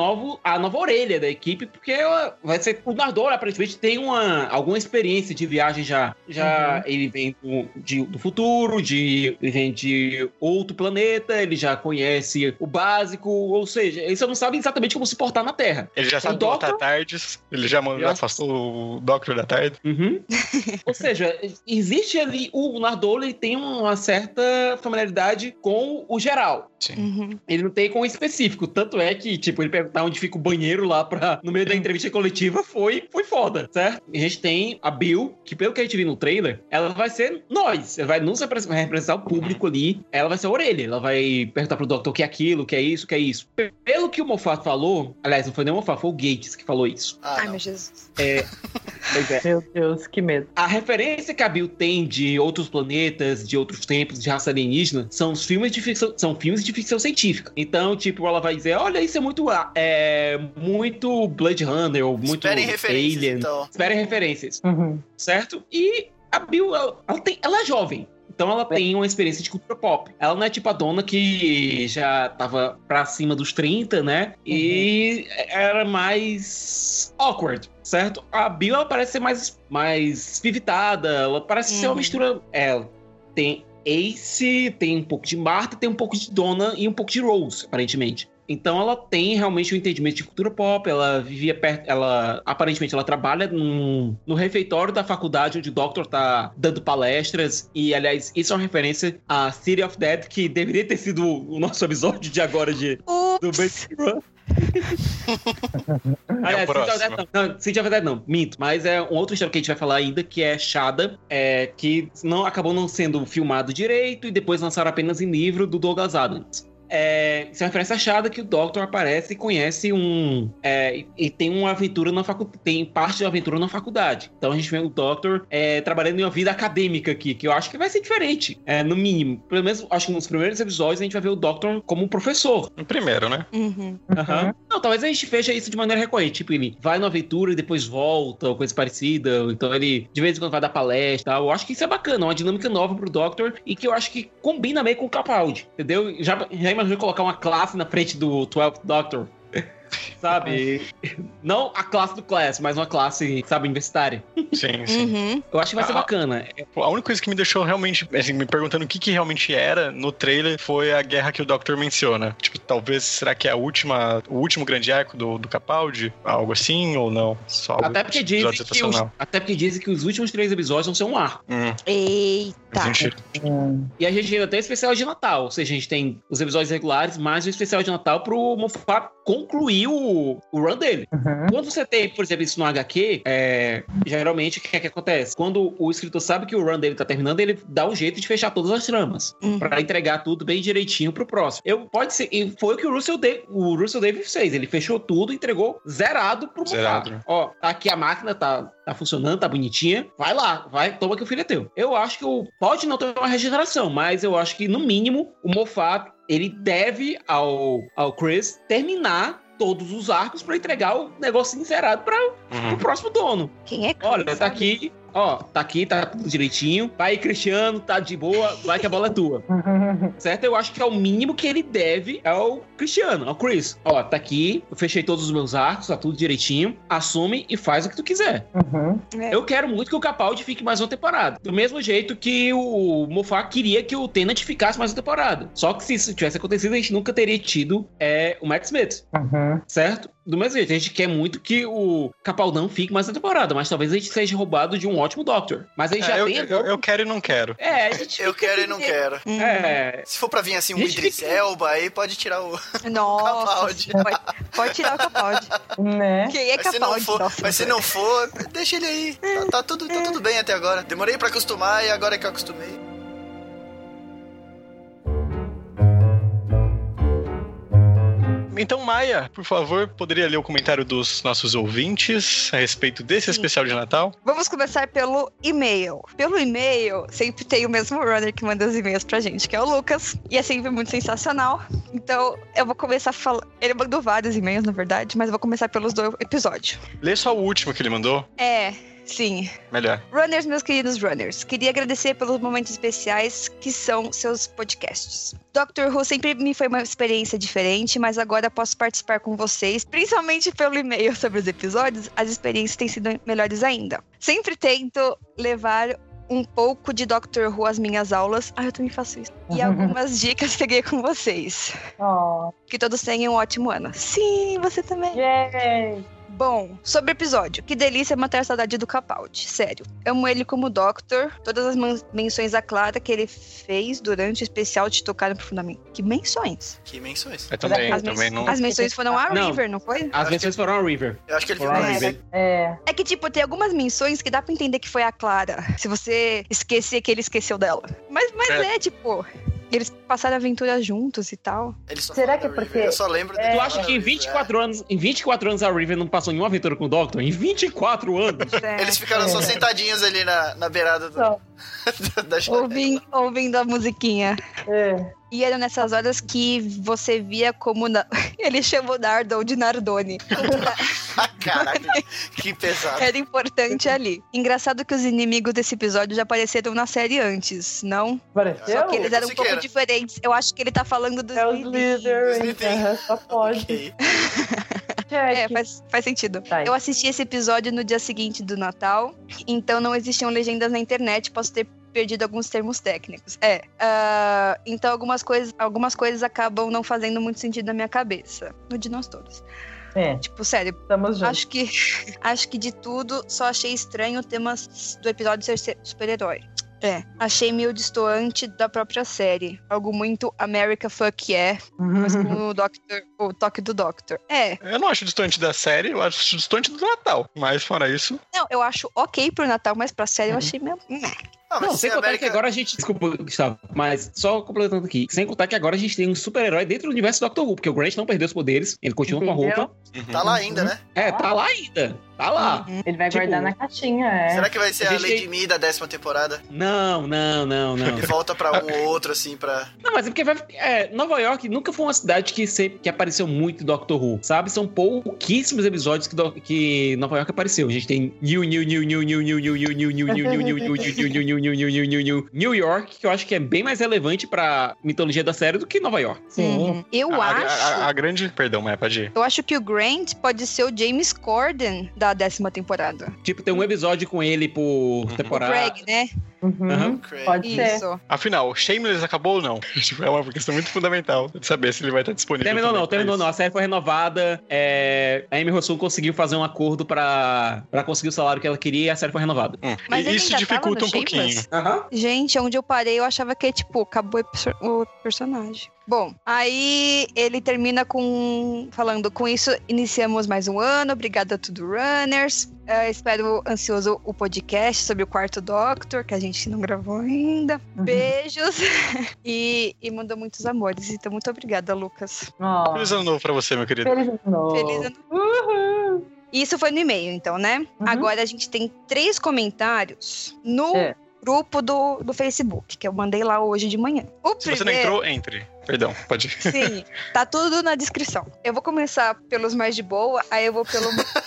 a nova orelha da equipe, porque vai ser... O Nardole, aparentemente, tem alguma experiência de viagem já ele vem do futuro futuro, vem de outro planeta, ele já conhece o básico, ou seja, ele só não sabe exatamente como se portar na Terra. Ele já sabe botar tardes, ele já afastou o Doctor da tarde. Uhum. Ou seja, existe ali, o Nardole ele tem uma certa familiaridade com o geral. Sim. Uhum. Ele não tem com o específico, tanto é que, tipo, ele perguntar onde fica o banheiro lá no meio da entrevista coletiva foi foda, certo? E a gente tem a Bill, que pelo que a gente viu no trailer, ela vai ser nós, ela vai nos representar o público ali, ela vai ser a orelha, ela vai perguntar pro Doctor o que é aquilo, o que é isso, o que é isso. Pelo que o Moffat falou, aliás, não foi nem o Moffat, foi o Gates que falou isso. Ai, meu Jesus. Pois é. Meu Deus, que medo. A referência que a Bill tem de outros planetas, de outros tempos, de raça alienígena, são os filmes de ficção científica. Então, tipo, ela vai dizer, olha, isso é muito Blade Runner, ou muito Alien. Então. Esperem referências. Certo? E a Bill, ela é jovem. Então ela tem uma experiência de cultura pop. Ela não é tipo a dona que já tava pra cima dos 30, né? E era mais awkward, certo? A Bill, ela parece ser mais pivitada, ela parece ser uma mistura... Ela tem Ace, tem um pouco de Martha, tem um pouco de Donna e um pouco de Rose, aparentemente. Então ela tem realmente um entendimento de cultura pop, ela vivia perto, aparentemente ela trabalha no refeitório da faculdade onde o Doctor tá dando palestras, e aliás, isso é uma referência a City of Death, que deveria ter sido o nosso episódio de agora do Basic Run. Aliás, City of Death não, minto, mas é um outro história que a gente vai falar ainda, que é Shada, que acabou não sendo filmado direito e depois lançaram apenas em livro do Douglas Adams. Isso é uma referência achada que o Doctor aparece e conhece e tem uma aventura tem parte da aventura na faculdade. Então a gente vê o Doctor trabalhando em uma vida acadêmica aqui, que eu acho que vai ser diferente, no mínimo. Pelo menos, acho que nos primeiros episódios a gente vai ver o Doctor como um professor. No primeiro, né? Não, talvez a gente veja isso de maneira recorrente. Tipo, ele vai numa aventura e depois volta, ou coisa parecida. Então ele, de vez em quando, vai dar palestra e tal. Eu acho que isso é bacana, uma dinâmica nova pro Doctor e que eu acho que combina meio com o Capaldi, entendeu? Já imaginou colocar uma classe na frente do 12th Doctor? Sabe? Não a classe do Class, mas uma classe, sabe, universitária. Sim. Eu acho que vai ser bacana. A única coisa que me deixou realmente, assim, me perguntando o que realmente era no trailer foi a guerra que o Doctor menciona. Tipo, talvez, será que é o último grande arco do Capaldi? Algo assim, ou não? Só até porque dizem que os últimos 3 episódios vão ser um arco. Eita! E a gente ainda tem o especial de Natal, ou seja, a gente tem os episódios regulares, mais o especial de Natal pro Moffat concluir o run dele. Quando você tem, por exemplo, isso no HQ, geralmente o que acontece? Quando o escritor sabe que o run dele tá terminando, ele dá um jeito de fechar todas as tramas, pra entregar tudo bem direitinho pro próximo. Pode ser, e foi o que o Russell Davies fez, ele fechou tudo e entregou zerado pro Moffat. Ó, tá aqui a máquina, tá funcionando, tá bonitinha, vai lá, toma que o filho é teu. Eu acho que pode não ter uma regeneração, mas eu acho que, no mínimo, o Moffat, ele deve ao Chris terminar todos os arcos pra entregar o negócio encerado pro próximo dono. Quem é Chris? Olha, tá aqui, tá tudo direitinho. Vai, Cristiano, tá de boa, vai que a bola é tua. Certo? Eu acho que é o mínimo que ele deve ao Cristiano, ao Chris. Ó, tá aqui, eu fechei todos os meus arcos, tá tudo direitinho. Assume e faz o que tu quiser. Eu quero muito que o Capaldi fique mais uma temporada. Do mesmo jeito que o Moffat queria que o Tennant ficasse mais uma temporada. Só que se isso tivesse acontecido, a gente nunca teria tido o Matt Smith. Certo? Do mesmo jeito, a gente quer muito que o Capaldão fique mais na temporada, mas talvez a gente seja roubado de um ótimo Doctor. Mas a gente já tem... Eu quero e não quero. Eu quero e não quero. Se for pra vir assim um Idris Elba, aí pode tirar o Capaldi. Pode tirar o Capaldi. Né? Quem é Capaldi? Mas se não for, deixa ele aí. Tá tudo bem até agora. Demorei pra acostumar e agora é que eu acostumei. Então, Maia, por favor, poderia ler o comentário dos nossos ouvintes a respeito desse especial de Natal? Vamos começar pelo e-mail. Pelo e-mail, sempre tem o mesmo runner que manda os e-mails pra gente, que é o Lucas. E é sempre muito sensacional. Então, eu vou começar a falar... Ele mandou vários e-mails, na verdade, mas eu vou começar pelos do episódio. Lê só o último que ele mandou. Sim. Melhor. Runners, meus queridos runners, queria agradecer pelos momentos especiais que são seus podcasts. Doctor Who sempre me foi uma experiência diferente, mas agora posso participar com vocês, principalmente pelo e-mail sobre os episódios, as experiências têm sido melhores ainda. Sempre tento levar um pouco de Doctor Who às minhas aulas. Eu também faço isso. E algumas dicas peguei com vocês. Que todos tenham um ótimo ano. Sim, você também. Yay! Bom, sobre o episódio. Que delícia matar a saudade do Capaldi. Sério. Amo ele como Doctor. Todas as menções à Clara que ele fez durante o especial te tocaram profundamente. Que menções? Que menções? Eu também não... As menções foram a River, não foi? As menções foram a River. Eu acho que ele foram a River. É que, tipo, tem algumas menções que dá pra entender que foi a Clara. Se você esquecer que ele esqueceu dela. Mas tipo... Eles passaram aventura juntos e tal. Será que é porque... Eu só lembro... Tu acha que em 24 anos a River não passou nenhuma aventura com o Doctor? Em 24 anos? Eles ficaram só sentadinhos ali na beirada da janela. Ouvindo a musiquinha. E eram nessas horas que você via como... Ele chamou Nardole de Nardone. Caraca, que pesado. Era importante ali. Engraçado que os inimigos desse episódio já apareceram na série antes, não? Apareceu? Só que eles eram um pouco diferentes. Eu acho que ele tá falando dos líderes. Só pode. Faz sentido. Eu assisti esse episódio no dia seguinte do Natal, então não existiam legendas na internet, posso ter perdido alguns termos técnicos. Então algumas coisas acabam não fazendo muito sentido na minha cabeça. No de nós todos. Tipo, sério, acho que de tudo, só achei estranho o tema do episódio ser super-herói. Achei meio distoante da própria série. Algo muito America Fuck Yeah, mas com o toque do Doctor. Eu não acho distante da série, eu acho distante do Natal. Mas fora isso... Não, eu acho ok pro Natal, mas pra série eu achei meio... Não, sem contar que agora a gente... Desculpa, Gustavo, mas só completando aqui. Sem contar que agora a gente tem um super-herói dentro do universo do Doctor Who, porque o Grant não perdeu os poderes, ele continua com a roupa. Tá lá ainda, né? Tá lá ainda. Tá lá. Ele vai guardar na caixinha, Será que vai ser a Lady Mi da 10ª temporada? Não. Ele volta pra um ou outro, assim, pra... Não, mas é porque Nova York nunca foi uma cidade que apareceu muito Doctor Who, sabe? São pouquíssimos episódios que Nova York apareceu. A gente tem New York, que eu acho que é bem mais relevante pra mitologia da série do que Nova York. Sim. Eu acho... A grande... Perdão, mas pode ir. Eu acho que o Grant pode ser o James Corden da 10ª temporada. Tipo, tem um episódio com ele por temporada. O Craig, né? Pode ser. Afinal, Shameless acabou ou não? É uma questão muito fundamental de saber se ele vai estar disponível. Terminou não. A série foi renovada. A Amy Rossum conseguiu fazer um acordo pra conseguir o salário que ela queria e a série foi renovada. Mas isso dificulta um pouquinho. Gente, onde eu parei, eu achava que, acabou o personagem. Bom, aí ele termina falando, com isso iniciamos mais um ano, obrigada a tudo Runners. Espero ansioso o podcast sobre o quarto Doctor, que a gente não gravou ainda. Beijos. e mandou muitos amores. Então, muito obrigada, Lucas. Feliz ano novo pra você, meu querido. Feliz ano novo. Feliz ano novo. Isso foi no e-mail, então, né? Agora a gente tem 3 comentários no grupo do Facebook, que eu mandei lá hoje de manhã. Você não entrou, entre. Perdão, pode ir. Sim, tá tudo na descrição. Eu vou começar pelos mais de boa, aí eu vou pelo...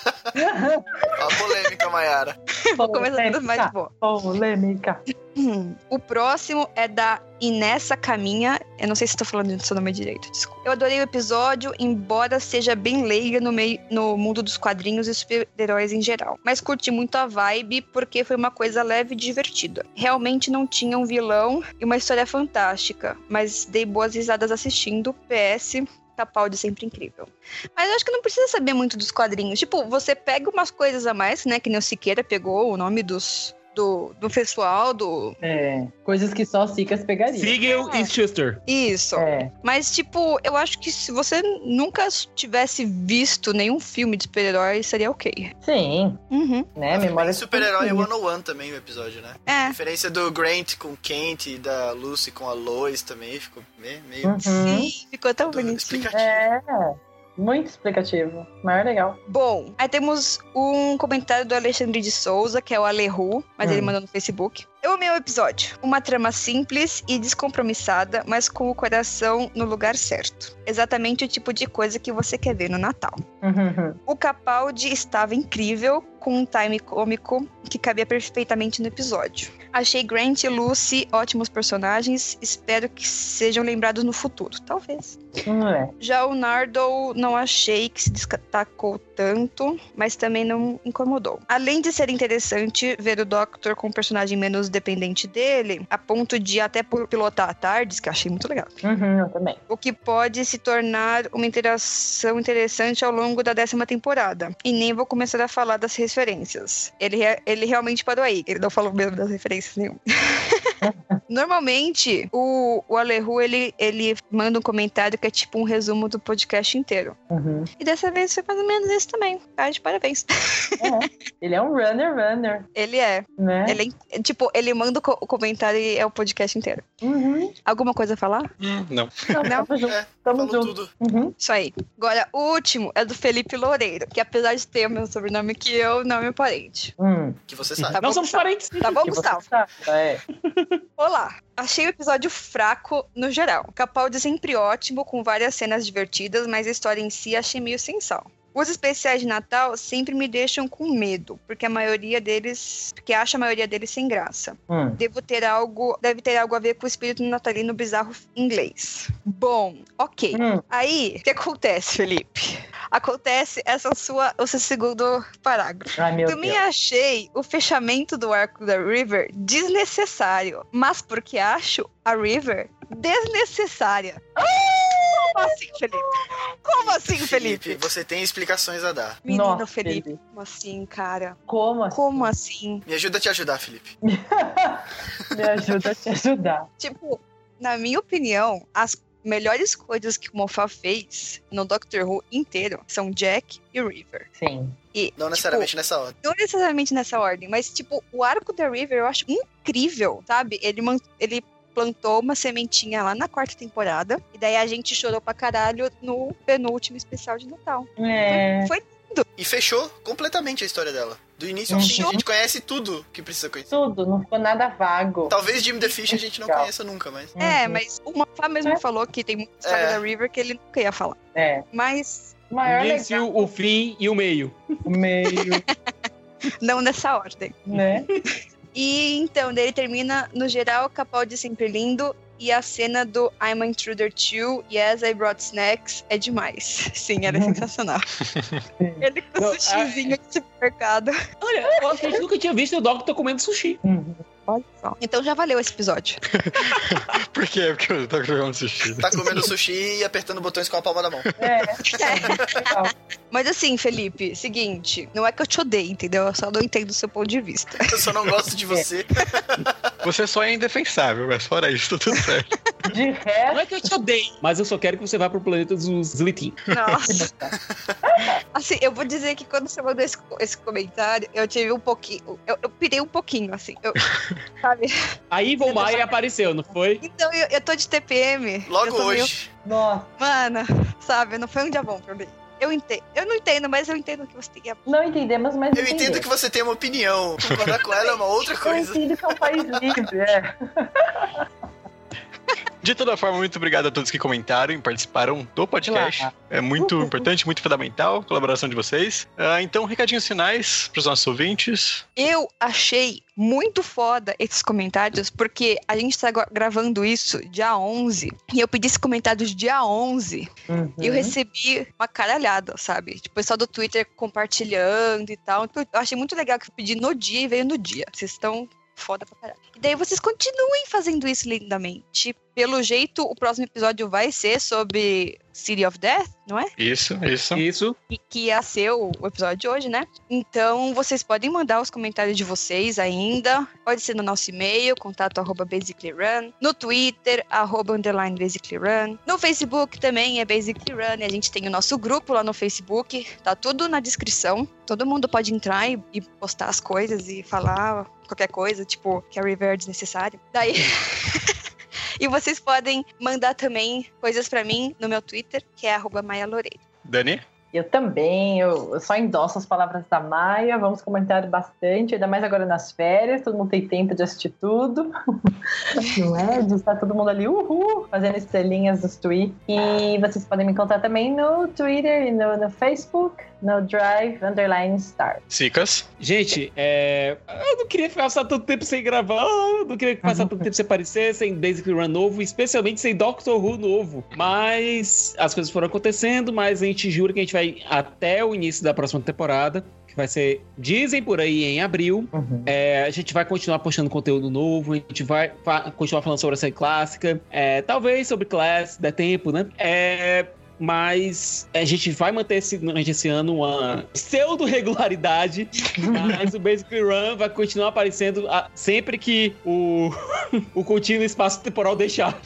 A polêmica, Mayara. Vou começar pelos mais de boa. Polêmica. O próximo é da Inessa Caminha. Eu não sei se estou falando do seu nome direito, desculpa. Eu adorei o episódio, embora seja bem leiga no mundo dos quadrinhos e super-heróis em geral. Mas curti muito a vibe, porque foi uma coisa leve e divertida. Realmente não tinha um vilão e uma história fantástica, mas dei boas risadas assistindo. PS... Capaldi sempre incrível. Mas eu acho que não precisa saber muito dos quadrinhos. Tipo, você pega umas coisas a mais, né? Que nem o Siqueira pegou o nome do pessoal, coisas que só Sicas pegariam. Siegel e Schuster. Isso. Mas, tipo, eu acho que se você nunca tivesse visto nenhum filme de super-herói, seria ok. Sim. Né? Memória super-herói 101 também o episódio, né? A diferença do Grant com Kent e da Lucy com a Lois também ficou meio... Sim, ficou tão bonitinho. Muito explicativo. Maior legal. Bom, aí temos um comentário do Alexandre de Souza, que é o Aleru, mas ele mandou no Facebook. Eu amei o episódio. Uma trama simples e descompromissada, mas com o coração no lugar certo. Exatamente o tipo de coisa que você quer ver no Natal. O Capaldi estava incrível, com um time cômico que cabia perfeitamente no episódio. Achei Grant e Lucy ótimos personagens. Espero que sejam lembrados no futuro. Talvez. Já o Nardole não achei que se destacou tanto, mas também não incomodou. Além de ser interessante ver o Doctor com um personagem menos dependente dele, a ponto de até pilotar tardes, que eu achei muito legal. Eu também. O que pode se tornar uma interação interessante ao longo da 10ª temporada. E nem vou começar a falar das referências. Ele realmente parou aí. Ele não falou mesmo das referências nenhuma. Normalmente, o Alehu, ele manda um comentário que é tipo um resumo do podcast inteiro. E dessa vez foi mais ou menos isso também. Tá, de parabéns. Ele é um runner. Ele é. Né? Ele manda o comentário e é o podcast inteiro. Alguma coisa a falar? Não. Não? Tamo junto. Tudo. Isso aí. Agora, o último é do Felipe Loureiro, que apesar de ter o meu sobrenome que eu, não é meu parente. Que você sabe. Tá bom, Nós somos Gustavo? parentes. Tá bom, Gustavo? Olá. Achei o episódio fraco no geral. Capaldi sempre ótimo, com várias cenas divertidas, mas a história em si achei meio sem sal. Os especiais de Natal sempre me deixam com medo, porque acho a maioria deles sem graça. Deve ter algo a ver com o espírito natalino bizarro inglês. Bom, ok. Aí, o que acontece, Felipe? Acontece o seu segundo parágrafo. Também achei o fechamento do arco da River desnecessário, mas porque acho a River desnecessária. Como assim, Felipe? Como assim, Felipe? Você tem explicações a dar. Menino, Nossa, Felipe. Como assim, cara? Como assim? Como assim? Me ajuda a te ajudar, Felipe. Me ajuda a te ajudar. Tipo, na minha opinião, as melhores coisas que o Moffat fez no Doctor Who inteiro são Jack e River. Sim. E, Não necessariamente nessa ordem. Não necessariamente nessa ordem, mas, tipo, o arco da River eu acho incrível, sabe? Ele plantou uma sementinha lá na 4ª temporada, e daí a gente chorou pra caralho no penúltimo especial de Natal. Foi lindo. E fechou completamente a história dela. Do início ao fim, a gente conhece tudo que precisa conhecer. Tudo, não ficou nada vago. Talvez Jim the Fish a gente não conheça nunca, mas... Mas o Moffat mesmo falou que tem muita história da River que ele nunca ia falar. Mas... Disse o fim e o meio. O meio. Não nessa ordem. Né? E então, daí ele termina, no geral, Capaldi sempre lindo, e a cena do I'm an Intruder 2, Yes, I Brought Snacks, é demais. Sim, ela é sensacional. Ele com o sushizinho de supermercado. Olha, eu acho que a gente nunca tinha visto o Doctor comendo sushi. Olha só. Então já valeu esse episódio. Por quê? Porque eu tô jogando sushi. Tá comendo sushi e apertando botões com a palma da mão. Mas assim, Felipe, seguinte, não é que eu te odeio, entendeu? Eu só não entendo o seu ponto de vista. Eu só não gosto de você. Você só é indefensável, mas fora isso, tudo certo. De resto... Não é que eu te odeio, mas eu só quero que você vá pro planeta dos Slitin. Nossa. Assim, eu vou dizer que quando você mandou esse comentário, eu tive um pouquinho... Eu pirei um pouquinho, assim. Sabe? Aí Ivan Maia apareceu, não foi? Então, eu tô de TPM. Logo hoje. Nossa. Mano, sabe? Não foi um dia bom pra mim. Eu não entendo, mas eu entendo que você tem a... Não entendemos, mas eu entendo que você tem uma opinião. Concordar com ela é uma outra coisa. Eu entendo que é um país livre, De toda forma, muito obrigado a todos que comentaram e participaram do podcast. É muito importante, muito fundamental a colaboração de vocês. Então, recadinhos finais para os nossos ouvintes. Eu achei muito foda esses comentários, porque a gente tá gravando isso dia 11, e eu pedi esses comentários dia 11, e eu recebi uma caralhada, sabe? Tipo, o pessoal do Twitter compartilhando e tal. Então, eu achei muito legal que eu pedi no dia e veio no dia. Vocês estão foda pra caralho. E daí vocês continuem fazendo isso lindamente. Pelo jeito, o próximo episódio vai ser sobre City of Death, não é? Isso. E que ia ser o episódio de hoje, né? Então, vocês podem mandar os comentários de vocês ainda. Pode ser no nosso e-mail, contato@basicallyrun. No Twitter, @_basicallyrun. No Facebook também é Basically Run. E a gente tem o nosso grupo lá no Facebook. Tá tudo na descrição. Todo mundo pode entrar e postar as coisas e falar qualquer coisa, tipo, que a River é desnecessária. Daí... E vocês podem mandar também coisas pra mim no meu Twitter, que é @MaiaLoureiro. Dani? Eu também, eu só endosso as palavras da Maia, vamos comentar bastante, ainda mais agora nas férias, todo mundo tem tempo de assistir tudo, não é? De estar todo mundo ali, fazendo estrelinhas dos tweets. E vocês podem me encontrar também no Twitter e no Facebook, no Drive_Star. Cicas? Gente, eu não queria passar tanto tempo sem gravar, eu não queria passar tanto tempo sem aparecer, sem Basically Run novo, especialmente sem Doctor Who novo. Mas as coisas foram acontecendo, mas a gente jura que a gente vai vai até o início da próxima temporada, que vai ser, dizem por aí, em abril. A gente vai continuar postando conteúdo novo, a gente vai continuar falando sobre a série clássica, talvez sobre Class, der tempo, né? Mas a gente vai manter durante esse ano uma pseudo-regularidade, mas o Basically Run vai continuar aparecendo sempre que o contínuo espaço temporal deixar.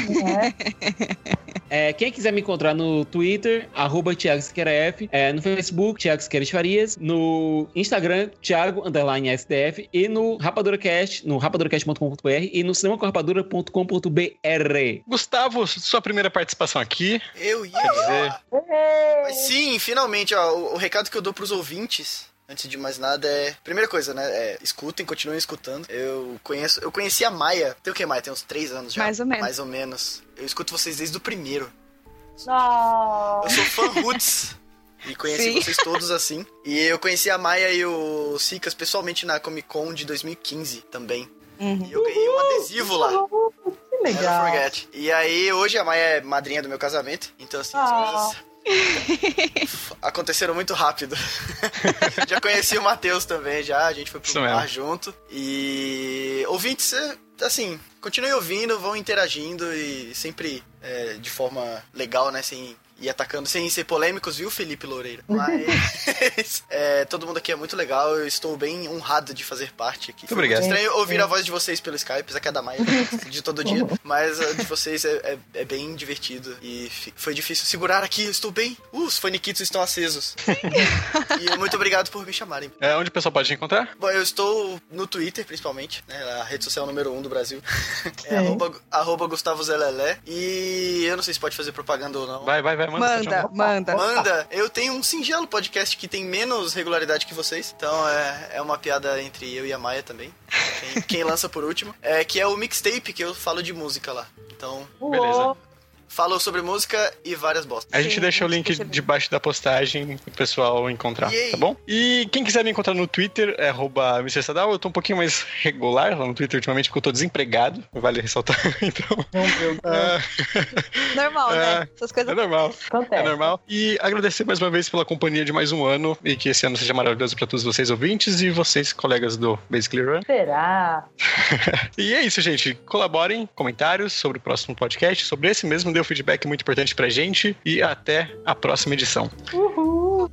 Quem quiser me encontrar no Twitter, @ThiagoSiqueiraF, no Facebook, Thiago Siqueiras Farias, no Instagram, Thiago_SDF, e no RapaduraCast, no rapaduracast.com.br e no cinemacorrapadura.com.br. Gustavo, sua primeira participação aqui. Eu ia dizer. Mas sim, finalmente, ó, o recado que eu dou pros ouvintes, antes de mais nada, primeira coisa, né? Escutem, continuem escutando. Eu conheci a Maia. Tem o que, Maia? Tem uns 3 anos já. Mais ou menos. Mais ou menos. Eu escuto vocês desde o primeiro. Oh. Eu sou fã roots. E conheci vocês todos assim. E eu conheci a Maia e o Sicas pessoalmente na Comic Con de 2015 também. E eu ganhei um adesivo lá. Que legal. Never forget. E aí, hoje a Maia é madrinha do meu casamento. Então, assim, as coisas aconteceram muito rápido. Já conheci o Matheus também, a gente foi pro bar junto. E ouvintes, assim, continuem ouvindo, vão interagindo e sempre de forma legal, né, sem ir atacando, sem ser polêmicos, viu, Felipe Loureira? Mas todo mundo aqui é muito legal, eu estou bem honrado de fazer parte aqui. Muito obrigado. Estranho ouvir a voz de vocês pelo Skype, apesar que é da Maia de todo dia, mas a de vocês é bem divertido e foi difícil segurar aqui, eu estou bem. Os faniquitos estão acesos. E muito obrigado por me chamarem. Onde o pessoal pode te encontrar? Bom, eu estou no Twitter, principalmente, né, a rede social número 1 do Brasil. @ Gustavo Zelelé. E eu não sei se pode fazer propaganda ou não. Vai, Manda. Eu tenho um singelo podcast que tem menos regularidade que vocês. Então é uma piada entre eu e a Maia também. Quem lança por último. Que é o Mixtape, que eu falo de música lá. Então, beleza. Falo sobre música e várias bostas. A gente deixa o link debaixo da postagem pro pessoal encontrar, tá bom? E quem quiser me encontrar no Twitter é @MrSadal. Eu tô um pouquinho mais regular lá no Twitter ultimamente porque eu tô desempregado, vale ressaltar. Então, normal, né? Essas coisas é normal. Acontece. É normal. E agradecer mais uma vez pela companhia de mais um ano e que esse ano seja maravilhoso pra todos vocês ouvintes e vocês, colegas do Basically Run. Será? E é isso, gente. Colaborem, comentários sobre o próximo podcast, sobre esse mesmo, dê um feedback muito importante pra gente e até a próxima edição. Uhul!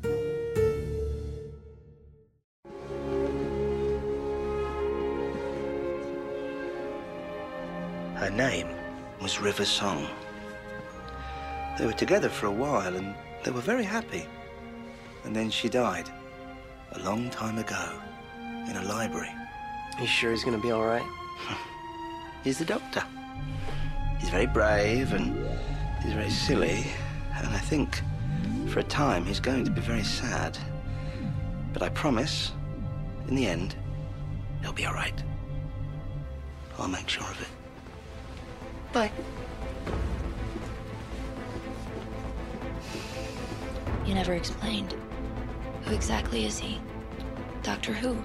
Her name was River Song. They were together for a while and they were very happy. And then she died a long time ago in a library. You sure he's gonna be all right? He's the doctor. He's very brave and he's very silly, and I think for a time he's going to be very sad. But I promise, in the end, he'll be all right. I'll make sure of it. Bye. You never explained. Who exactly is he? Doctor Who?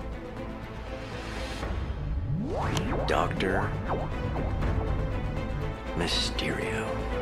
Doctor Mysterio.